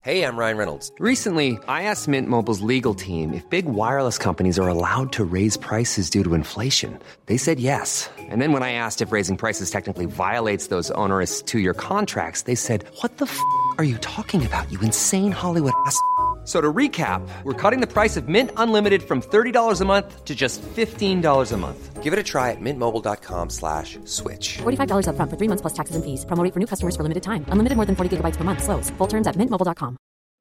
Hey, I'm Ryan Reynolds. Recently, I asked Mint Mobile's legal team if big wireless companies are allowed to raise prices due to inflation. They said yes. And then when I asked if raising prices technically violates those onerous two-year contracts, they said, "What the f*** are you talking about, you insane Hollywood ass?" So to recap, we're cutting the price of Mint Unlimited from $30 a month to just $15 a month. Give it a try at mintmobile.com/switch. $45 up front for 3 months plus taxes and fees. Promo rate for new customers for limited time. Unlimited more than 40 gigabytes per month. Slows full terms at mintmobile.com.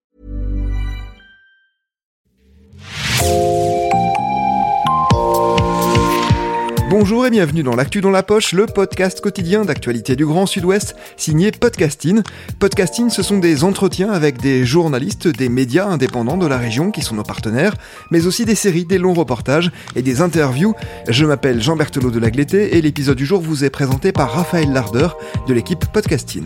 Bonjour et bienvenue dans l'Actu dans la poche, le podcast quotidien d'actualité du Grand Sud-Ouest, signé Podcasting. Podcasting, ce sont des entretiens avec des journalistes, des médias indépendants de la région qui sont nos partenaires, mais aussi des séries, des longs reportages et des interviews. Je m'appelle Jean Berthelot de Lagleté et l'épisode du jour vous est présenté par Raphaël Lardeur de l'équipe Podcasting.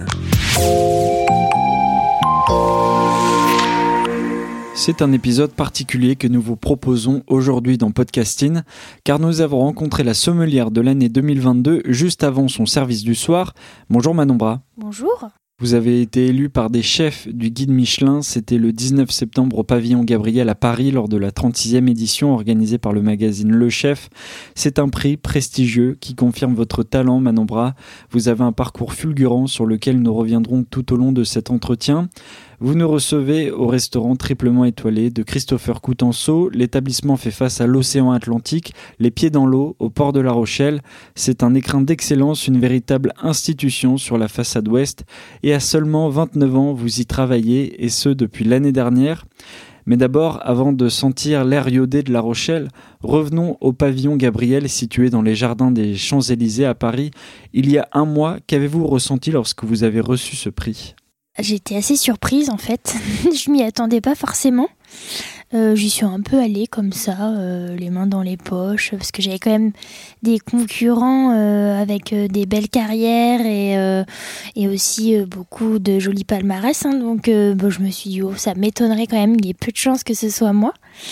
C'est un épisode particulier que nous vous proposons aujourd'hui dans Podcasting, car nous avons rencontré la sommelière de l'année 2022 juste avant son service du soir. Bonjour Manon Bras. Bonjour. Vous avez été élu par des chefs du guide Michelin, c'était le 19 septembre au pavillon Gabriel à Paris lors de la 36e édition organisée par le magazine Le Chef. C'est un prix prestigieux qui confirme votre talent Manon Bras. Vous avez un parcours fulgurant sur lequel nous reviendrons tout au long de cet entretien. Vous nous recevez au restaurant triplement étoilé de Christopher Coutenceau. L'établissement fait face à l'océan Atlantique, les pieds dans l'eau, au port de La Rochelle. C'est un écrin d'excellence, une véritable institution sur la façade ouest. Et à seulement 29 ans, vous y travaillez, et ce depuis l'année dernière. Mais d'abord, avant de sentir l'air iodé de La Rochelle, revenons au pavillon Gabriel situé dans les jardins des Champs-Élysées à Paris. Il y a un mois, qu'avez-vous ressenti lorsque vous avez reçu ce prix ? J'étais assez surprise en fait, je m'y attendais pas forcément. J'y suis un peu allée comme ça, les mains dans les poches, parce que j'avais quand même des concurrents avec des belles carrières et aussi beaucoup de jolis palmarès. Donc je me suis dit, ça m'étonnerait quand même, il y ait peu de chances que ce soit moi.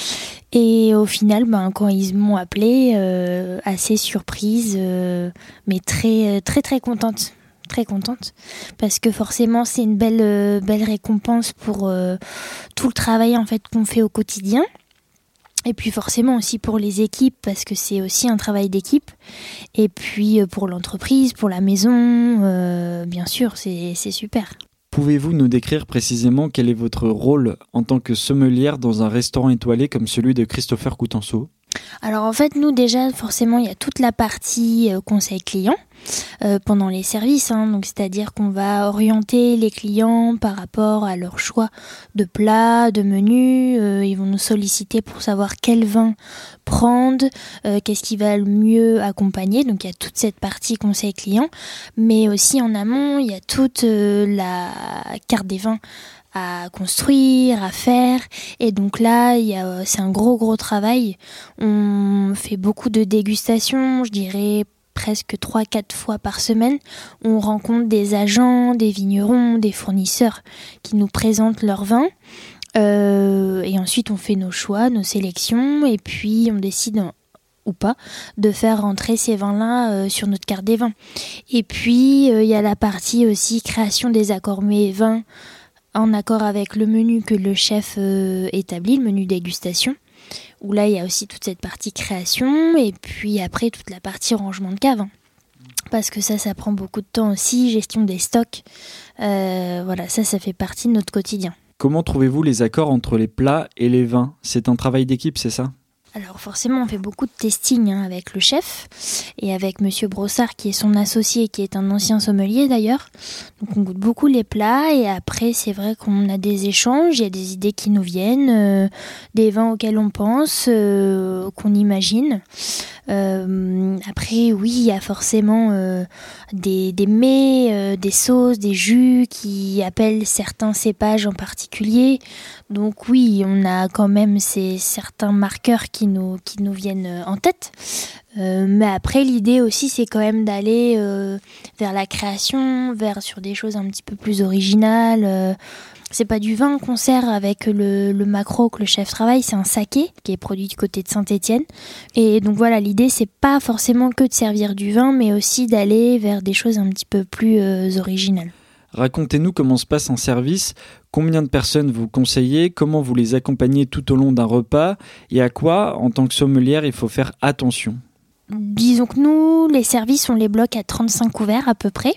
Et au final, quand ils m'ont appelée, assez surprise, mais très très très contente. Très contente parce que forcément c'est une belle récompense pour tout le travail en fait qu'on fait au quotidien et puis forcément aussi pour les équipes parce que c'est aussi un travail d'équipe et puis pour l'entreprise, pour la maison, bien sûr c'est super. Pouvez-vous nous décrire précisément quel est votre rôle en tant que sommelière dans un restaurant étoilé comme celui de Christopher Coutenceau ? Alors en fait, nous déjà, forcément, il y a toute la partie conseil client pendant les services. Donc c'est-à-dire qu'on va orienter les clients par rapport à leur choix de plats, de menus. Ils vont nous solliciter pour savoir quel vin prendre, qu'est-ce qui va le mieux accompagner. Donc il y a toute cette partie conseil client. Mais aussi en amont, il y a toute la carte des vins à construire, à faire, et donc là c'est un gros travail. On fait beaucoup de dégustations, je dirais presque 3-4 fois par semaine. On rencontre des agents, des vignerons, des fournisseurs qui nous présentent leurs vins. Et ensuite on fait nos choix, nos sélections, et puis on décide ou pas, de faire rentrer ces vins-là sur notre carte des vins. Et puis il y a la partie aussi création des accords mets-vins en accord avec le menu que le chef établit, le menu dégustation, où là il y a aussi toute cette partie création et puis après toute la partie rangement de cave. Parce que ça prend beaucoup de temps aussi, gestion des stocks, ça fait partie de notre quotidien. Comment trouvez-vous les accords entre les plats et les vins ? C'est un travail d'équipe, c'est ça ? Alors forcément, on fait beaucoup de testing avec le chef et avec Monsieur Brossard qui est son associé, qui est un ancien sommelier d'ailleurs. Donc on goûte beaucoup les plats et après c'est vrai qu'on a des échanges, il y a des idées qui nous viennent, des vins auxquels on pense, qu'on imagine. Après oui, il y a forcément des mets, des sauces, des jus qui appellent certains cépages en particulier. Donc oui, on a quand même certains marqueurs qui nous viennent en tête. Mais après, l'idée aussi, c'est quand même d'aller vers la création, sur des choses un petit peu plus originales. C'est pas du vin qu'on sert avec le maquereau que le chef travaille, c'est un saké qui est produit du côté de Saint-Étienne. Et donc voilà, l'idée, c'est pas forcément que de servir du vin, mais aussi d'aller vers des choses un petit peu plus originales. Racontez-nous comment se passe un service, Combien de personnes vous conseillez ? Comment vous les accompagnez tout au long d'un repas ? Et à quoi, en tant que sommelière, il faut faire attention ? Disons que nous, les services, on les bloque à 35 couverts à peu près.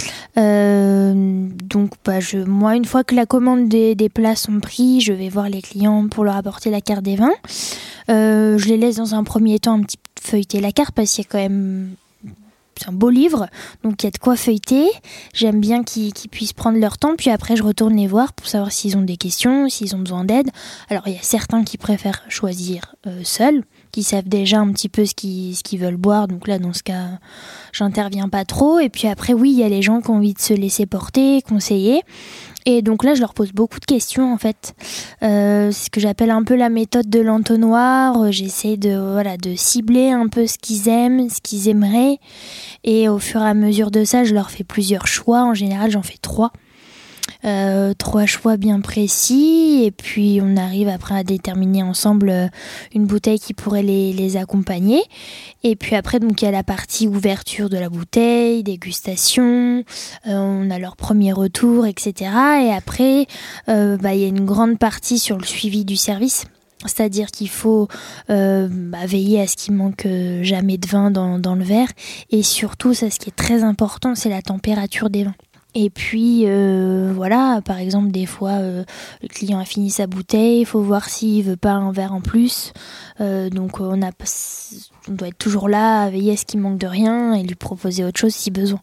Donc moi, une fois que la commande des plats sont pris, je vais voir les clients pour leur apporter la carte des vins. Je les laisse dans un premier temps un petit peu feuilleter la carte parce qu'il y a quand même... C'est un beau livre, donc il y a de quoi feuilleter. J'aime bien qu'ils puissent prendre leur temps, puis après je retourne les voir pour savoir s'ils ont des questions, s'ils ont besoin d'aide. Alors il y a certains qui préfèrent choisir seuls, qui savent déjà un petit peu ce qu'ils veulent boire, donc là dans ce cas j'interviens pas trop. Et puis après oui, il y a les gens qui ont envie de se laisser porter, conseiller. Et donc là, je leur pose beaucoup de questions, en fait. C'est ce que j'appelle un peu la méthode de l'entonnoir. J'essaie de cibler un peu ce qu'ils aiment, ce qu'ils aimeraient. Et au fur et à mesure de ça, je leur fais plusieurs choix. En général, j'en fais 3. 3 choix bien précis. Et puis, on arrive après à déterminer ensemble une bouteille qui pourrait les accompagner. Et puis après, donc il y a la partie ouverture de la bouteille, dégustation, on a leur premier retour, etc. Et après, il y a une grande partie sur le suivi du service. C'est-à-dire qu'il faut veiller à ce qu'il manque jamais de vin dans le verre. Et surtout, ça, ce qui est très important, c'est la température des vins. Et puis par exemple des fois le client a fini sa bouteille, il faut voir s'il veut pas un verre en plus, donc on doit être toujours là à veiller à ce qu'il manque de rien et lui proposer autre chose si besoin.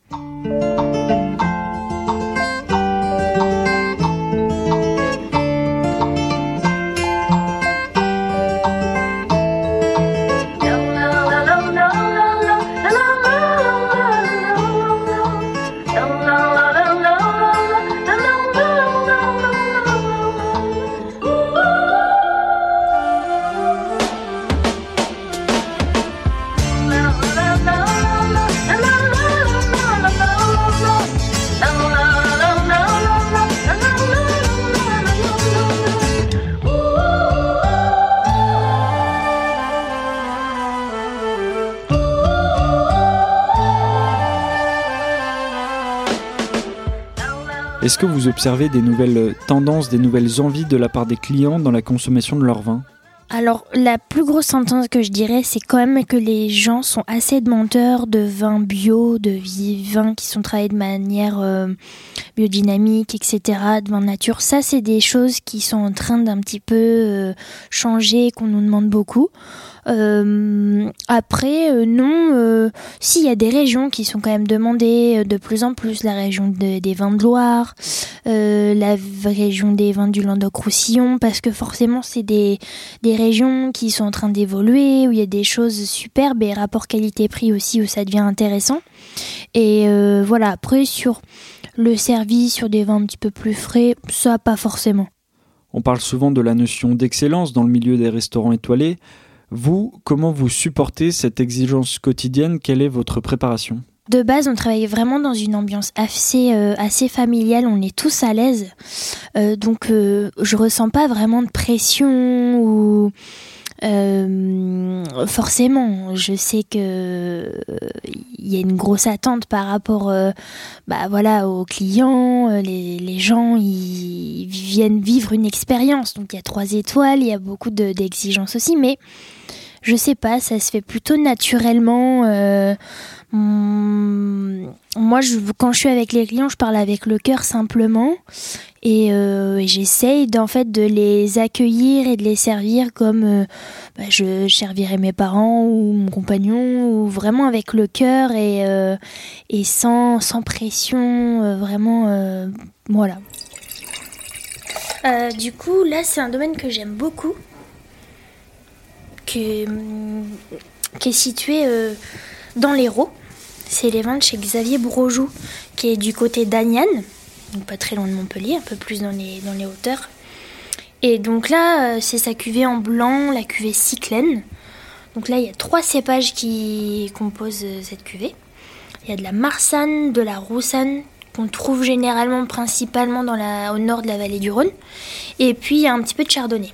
Est-ce que vous observez des nouvelles tendances, des nouvelles envies de la part des clients dans la consommation de leur vin ? Alors, la plus grosse tendance que je dirais, c'est quand même que les gens sont assez demandeurs de vins bio, de vins qui sont travaillés de manière biodynamique, etc., de vins nature. Ça, c'est des choses qui sont en train d'un petit peu changer, qu'on nous demande beaucoup. Après, non, si, il y a des régions qui sont quand même demandées de plus en plus, la région des vins de Loire, la région des vins du Languedoc-Roussillon, parce que forcément c'est des régions qui sont en train d'évoluer, où il y a des choses superbes et rapport qualité-prix aussi, où ça devient intéressant. Et après sur le service, sur des vins un petit peu plus frais, ça pas forcément. On parle souvent de la notion d'excellence dans le milieu des restaurants étoilés. Vous, comment vous supportez cette exigence quotidienne ? Quelle est votre préparation ? De base, on travaille vraiment dans une ambiance assez familiale, on est tous à l'aise. Donc, je ressens pas vraiment de pression ou... forcément, je sais que il y a une grosse attente par rapport aux clients, les gens ils viennent vivre une expérience, donc il y a 3 étoiles, il y a beaucoup d'exigences aussi, mais je sais pas, ça se fait plutôt naturellement. Moi, quand je suis avec les clients, je parle avec le cœur simplement et j'essaye de les accueillir et de les servir comme je servirais mes parents ou mon compagnon, ou vraiment avec le cœur et sans pression, vraiment, voilà. Du coup, là, c'est un domaine que j'aime beaucoup, qui est situé dans l'Hérault. C'est les vins de chez Xavier Brojoux, qui est du côté d'Agnan, donc pas très loin de Montpellier, un peu plus dans les hauteurs. Et donc là, c'est sa cuvée en blanc, la cuvée Cyclène. Donc là, il y a 3 cépages qui composent cette cuvée. Il y a de la Marsanne, de la Roussanne, qu'on trouve généralement principalement au nord de la vallée du Rhône. Et puis, il y a un petit peu de Chardonnay.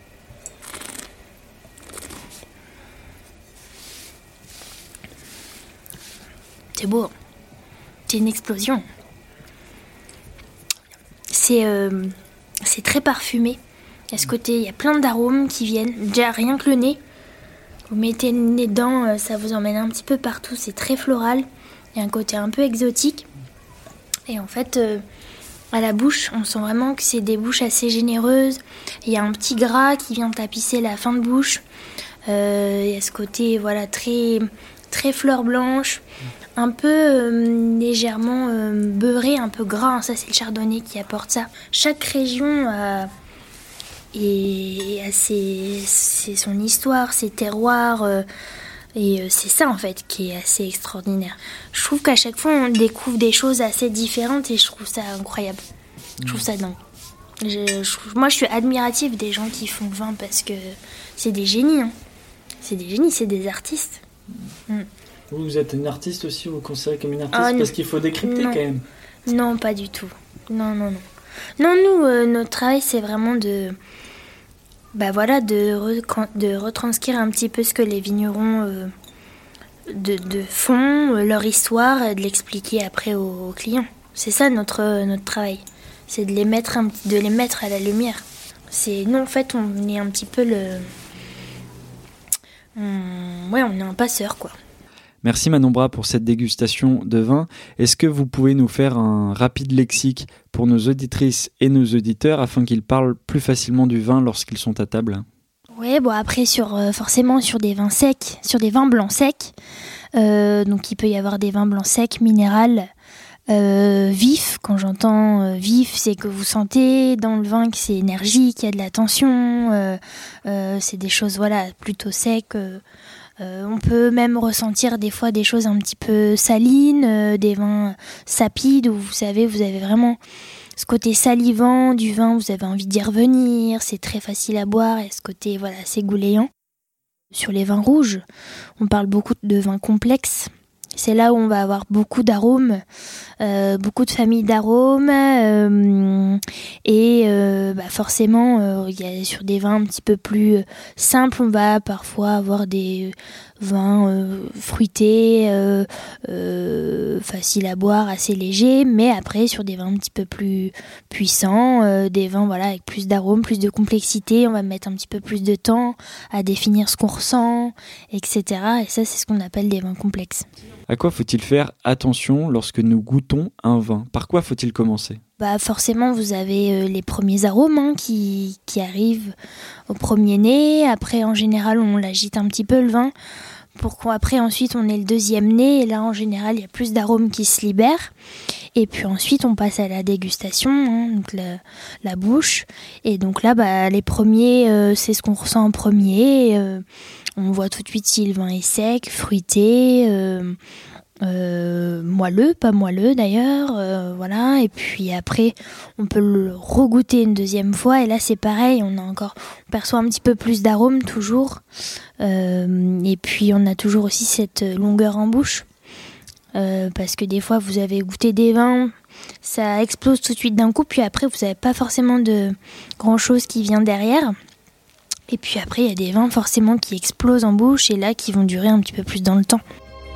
C'est beau, c'est une explosion. C'est c'est très parfumé. À ce côté, il y a plein d'arômes qui viennent. Déjà, rien que le nez. Vous mettez le nez dedans, ça vous emmène un petit peu partout. C'est très floral. Il y a un côté un peu exotique. Et en fait, à la bouche, on sent vraiment que c'est des bouches assez généreuses. Il y a un petit gras qui vient tapisser la fin de bouche. Il y a ce côté très, très fleur blanche. Un peu légèrement beurré, un peu gras. Ça, c'est le chardonnay qui apporte ça. Chaque région et c'est son histoire, ses terroirs, et c'est ça en fait qui est assez extraordinaire. Je trouve qu'à chaque fois on découvre des choses assez différentes et je trouve ça incroyable. Je trouve ça dingue. Moi je suis admirative des gens qui font le vin parce que c'est des génies. C'est des génies, c'est des artistes. Vous êtes une artiste aussi, vous considérez comme une artiste parce qu'il faut décrypter quand même. Non, pas du tout. Non. Non, nous, notre travail c'est vraiment de retranscrire un petit peu ce que les vignerons font, leur histoire, de l'expliquer après aux clients. C'est ça notre travail, c'est de les mettre à la lumière. Nous en fait on est un petit peu on est un passeur quoi. Merci Manon Bras pour cette dégustation de vin. Est-ce que vous pouvez nous faire un rapide lexique pour nos auditrices et nos auditeurs afin qu'ils parlent plus facilement du vin lorsqu'ils sont à table ? Oui, après forcément sur des vins secs, sur des vins blancs secs. Donc il peut y avoir des vins blancs secs, minérales, vifs. Quand j'entends vif, c'est que vous sentez dans le vin que c'est énergique, qu'il y a de la tension. C'est des choses plutôt secs. On peut même ressentir des fois des choses un petit peu salines, des vins sapides où vous avez vraiment ce côté salivant du vin, vous avez envie d'y revenir, c'est très facile à boire et ce côté assez gouléant. Sur les vins rouges, on parle beaucoup de vins complexes. C'est là où on va avoir beaucoup d'arômes, beaucoup de familles d'arômes et forcément, sur des vins un petit peu plus simples, on va parfois avoir des vins fruités, faciles à boire, assez légers, mais après sur des vins un petit peu plus puissants, des vins avec plus d'arômes, plus de complexité, on va mettre un petit peu plus de temps à définir ce qu'on ressent, etc. Et ça, c'est ce qu'on appelle des vins complexes. À quoi faut-il faire attention lorsque nous goûtons un vin ? Par quoi faut-il commencer ? Forcément, vous avez les premiers arômes qui arrivent au premier nez. Après, en général, on l'agite un petit peu le vin. Après, ensuite, on ait le deuxième nez. Et là, en général, il y a plus d'arômes qui se libèrent. Et puis ensuite, on passe à la dégustation, donc la bouche. Et donc là, les premiers, c'est ce qu'on ressent en premier. On voit tout de suite si le vin est sec, fruité, moelleux, pas moelleux d'ailleurs, et puis après on peut le regoûter une deuxième fois et là c'est pareil, on perçoit un petit peu plus d'arômes toujours, et puis on a toujours aussi cette longueur en bouche, parce que des fois vous avez goûté des vins, ça explose tout de suite d'un coup, puis après vous n'avez pas forcément de grand chose qui vient derrière. Et puis après, il y a des vins forcément qui explosent en bouche et là qui vont durer un petit peu plus dans le temps.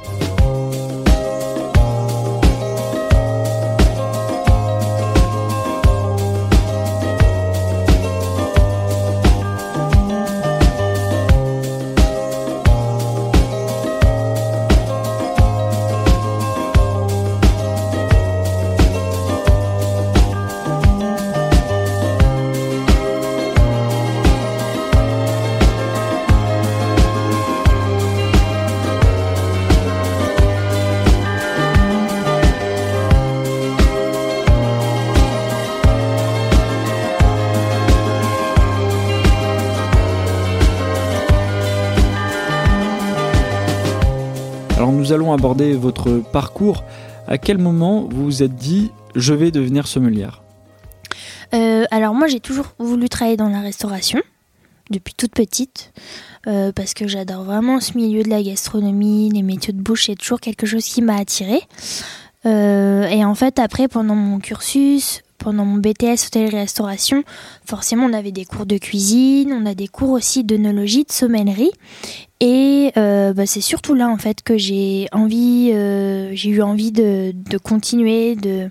Alors nous allons aborder votre parcours. À quel moment vous vous êtes dit « je vais devenir sommelière » ? Alors moi j'ai toujours voulu travailler dans la restauration, depuis toute petite, parce que j'adore vraiment ce milieu de la gastronomie, les métiers de bouche, c'est toujours quelque chose qui m'a attirée. Et en fait après, pendant mon cursus, pendant mon BTS hôtellerie-restauration, forcément on avait des cours de cuisine, on a des cours aussi d'œnologie, de sommellerie. Et c'est surtout là en fait que j'ai eu envie de continuer,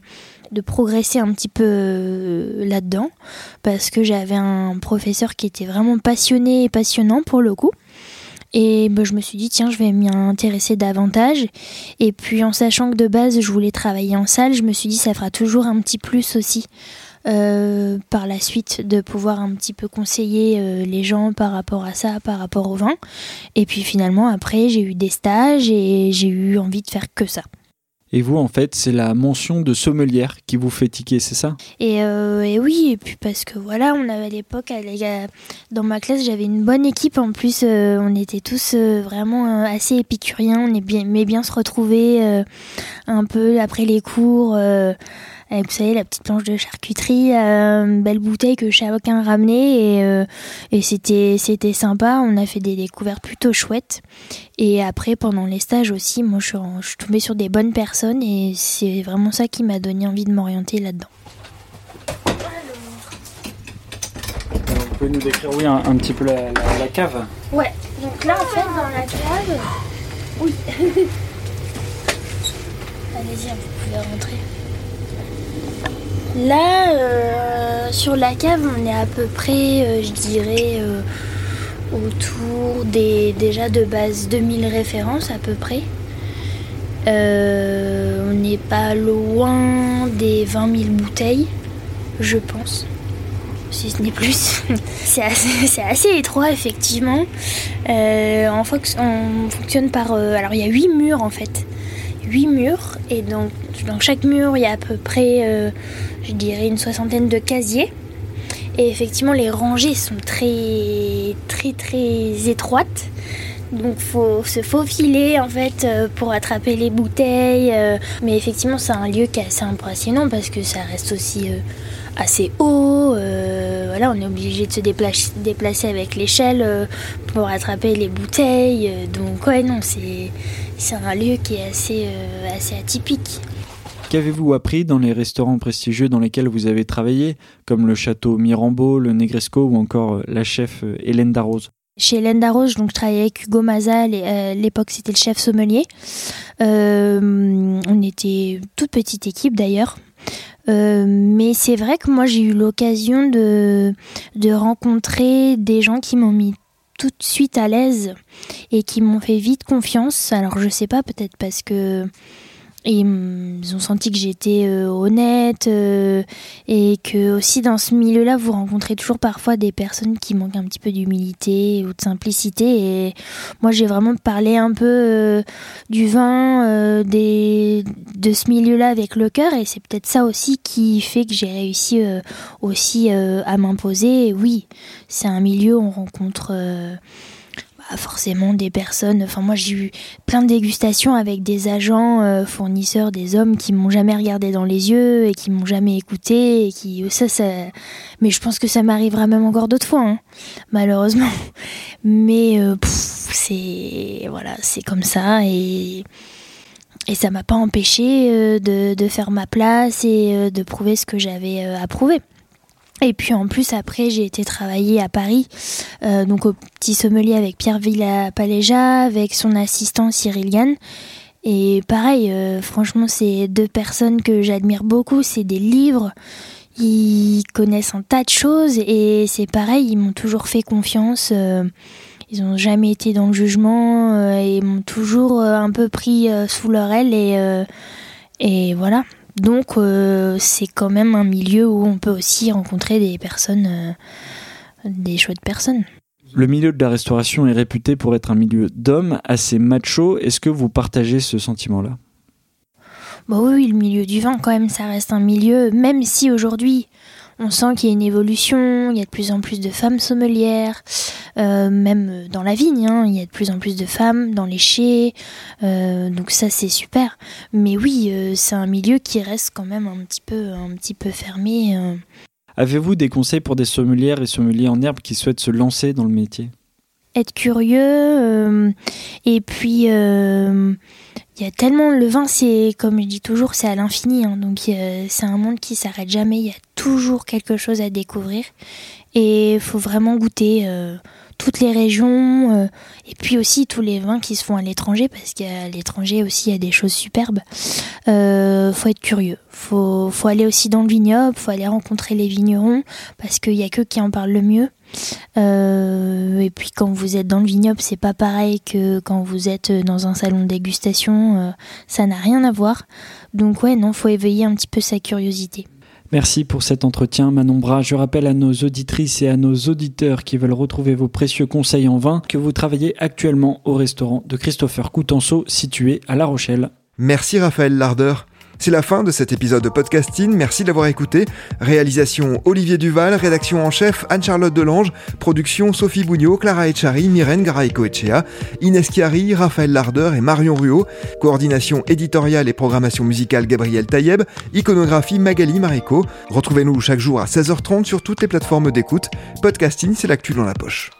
de progresser un petit peu là-dedans, parce que j'avais un professeur qui était vraiment passionné et passionnant pour le coup. Et je me suis dit, tiens, je vais m'y intéresser davantage. Et puis en sachant que de base, je voulais travailler en salle, je me suis dit, ça fera toujours un petit plus aussi. Par la suite, de pouvoir un petit peu conseiller les gens par rapport à ça, par rapport au vin. Et puis finalement, après, j'ai eu des stages et j'ai eu envie de faire que ça. Et vous, en fait, c'est la mention de sommelière qui vous fait tiquer, c'est ça ? Et oui, et puis parce que voilà, on avait à l'époque, dans ma classe, j'avais une bonne équipe. En plus, on était tous vraiment assez épicuriens. On aimait bien se retrouver un peu après les cours. Avec, vous savez, la petite planche de charcuterie, une belle bouteille que chacun ramenait et c'était sympa. On a fait des découvertes plutôt chouettes. Et après, pendant les stages aussi, moi, je suis tombée sur des bonnes personnes et c'est vraiment ça qui m'a donné envie de m'orienter là-dedans. Alors, vous pouvez nous décrire, oui, un petit peu la cave ? Ouais, donc là, en fait, dans la cave... Oui. Allez-y, vous pouvez rentrer. Là, sur la cave, on est à peu près, je dirais, autour déjà de base 2000 références à peu près. On n'est pas loin des 20 000 bouteilles, je pense, si ce n'est plus. C'est assez étroit, effectivement. On fonctionne par... alors, il y a 8 murs, en fait. 8 murs, et donc dans chaque mur, il y a à peu près, je dirais, une soixantaine de casiers. Et effectivement, les rangées sont très, très, très étroites. Donc, faut se faufiler, en fait, pour attraper les bouteilles. Mais effectivement, c'est un lieu qui est assez impressionnant parce que ça reste aussi assez haut. Voilà, on est obligé de se déplacer avec l'échelle pour attraper les bouteilles. Donc, ouais, non, c'est un lieu qui est assez atypique. Qu'avez-vous appris dans les restaurants prestigieux dans lesquels vous avez travaillé, comme le château Mirambeau, le Negresco ou encore la chef Hélène Darroze ? Chez Hélène Darroze, donc, je travaillais avec Hugo Maza, à l'époque c'était le chef sommelier. On était une toute petite équipe d'ailleurs. Mais c'est vrai que moi j'ai eu l'occasion de rencontrer des gens qui m'ont mis tout de suite à l'aise et qui m'ont fait vite confiance. Alors je sais pas, peut-être parce que ils ont senti que j'étais honnête et que aussi dans ce milieu-là vous rencontrez toujours parfois des personnes qui manquent un petit peu d'humilité ou de simplicité, et moi j'ai vraiment parlé un peu du vin, de ce milieu-là avec le cœur, et c'est peut-être ça aussi qui fait que j'ai réussi aussi à m'imposer. Et oui, c'est un milieu où on rencontre forcément des personnes. Enfin, moi j'ai eu plein de dégustations avec des agents fournisseurs, des hommes qui m'ont jamais regardé dans les yeux et qui m'ont jamais écouté, et qui ça mais je pense que ça m'arrivera même encore d'autres fois, hein, malheureusement. Mais c'est comme ça, et ça m'a pas empêché de faire ma place et de prouver ce que j'avais à prouver. Et puis en plus, après, j'ai été travailler à Paris, donc au Petit Sommelier avec Pierre Villa-Paléja, avec son assistant Cyril Gann. Et pareil, franchement, c'est deux personnes que j'admire beaucoup. C'est des livres, ils connaissent un tas de choses, et c'est pareil, ils m'ont toujours fait confiance. Ils n'ont jamais été dans le jugement et m'ont toujours un peu pris sous leur aile, et voilà. Donc c'est quand même un milieu où on peut aussi rencontrer des personnes, des chouettes personnes. Le milieu de la restauration est réputé pour être un milieu d'hommes assez macho. Est-ce que vous partagez ce sentiment-là ? Oui, le milieu du vin, quand même, ça reste un milieu, même si aujourd'hui on sent qu'il y a une évolution, il y a de plus en plus de femmes sommelières, même dans la vigne, hein, il y a de plus en plus de femmes dans les chais, donc ça c'est super. Mais oui, c'est un milieu qui reste quand même un petit peu fermé. Avez-vous des conseils pour des sommelières et sommeliers en herbe qui souhaitent se lancer dans le métier ? Être curieux, et puis il y a tellement, le vin, c'est, comme je dis toujours, c'est à l'infini, hein, donc c'est un monde qui s'arrête jamais, il y a toujours quelque chose à découvrir, et il faut vraiment goûter toutes les régions, et puis aussi tous les vins qui se font à l'étranger, parce qu'à l'étranger aussi il y a des choses superbes. Faut être curieux, faut aller aussi dans le vignoble, faut aller rencontrer les vignerons, parce qu'il y a qu'eux qui en parlent le mieux. Et puis quand vous êtes dans le vignoble, c'est pas pareil que quand vous êtes dans un salon de dégustation, ça n'a rien à voir. Donc faut éveiller un petit peu sa curiosité. Merci pour cet entretien, Manon Bras. Je rappelle à nos auditrices et à nos auditeurs qui veulent retrouver vos précieux conseils en vin que vous travaillez actuellement au restaurant de Christopher Coutenceau, situé à La Rochelle. Merci Raphaël Larder. C'est la fin de cet épisode de Podcasting, merci de l'avoir écouté. Réalisation Olivier Duval, rédaction en chef Anne-Charlotte Delange, production Sophie Bougnot, Clara Echari, Myrène Garay-Coetchea, Inès Chiari, Raphaël Larder et Marion Ruot, coordination éditoriale et programmation musicale Gabriel Taïeb, iconographie Magali Marico. Retrouvez-nous chaque jour à 16h30 sur toutes les plateformes d'écoute. Podcasting, c'est l'actu dans la poche.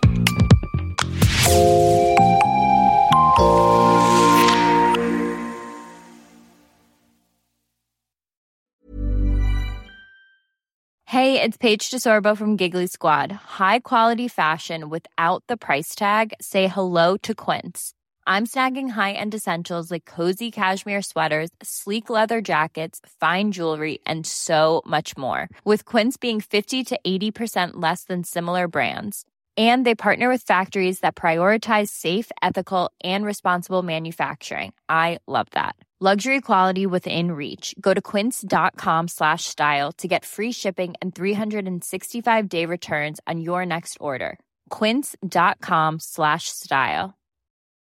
Hey, it's Paige DeSorbo from Giggly Squad. High quality fashion without the price tag. Say hello to Quince. I'm snagging high-end essentials like cozy cashmere sweaters, sleek leather jackets, fine jewelry, and so much more. With Quince being 50 to 80% less than similar brands. And they partner with factories that prioritize safe, ethical, and responsible manufacturing. I love that. Luxury quality within reach. Go to quince.com/style to get free shipping and 365-day returns on your next order. Quince.com/style.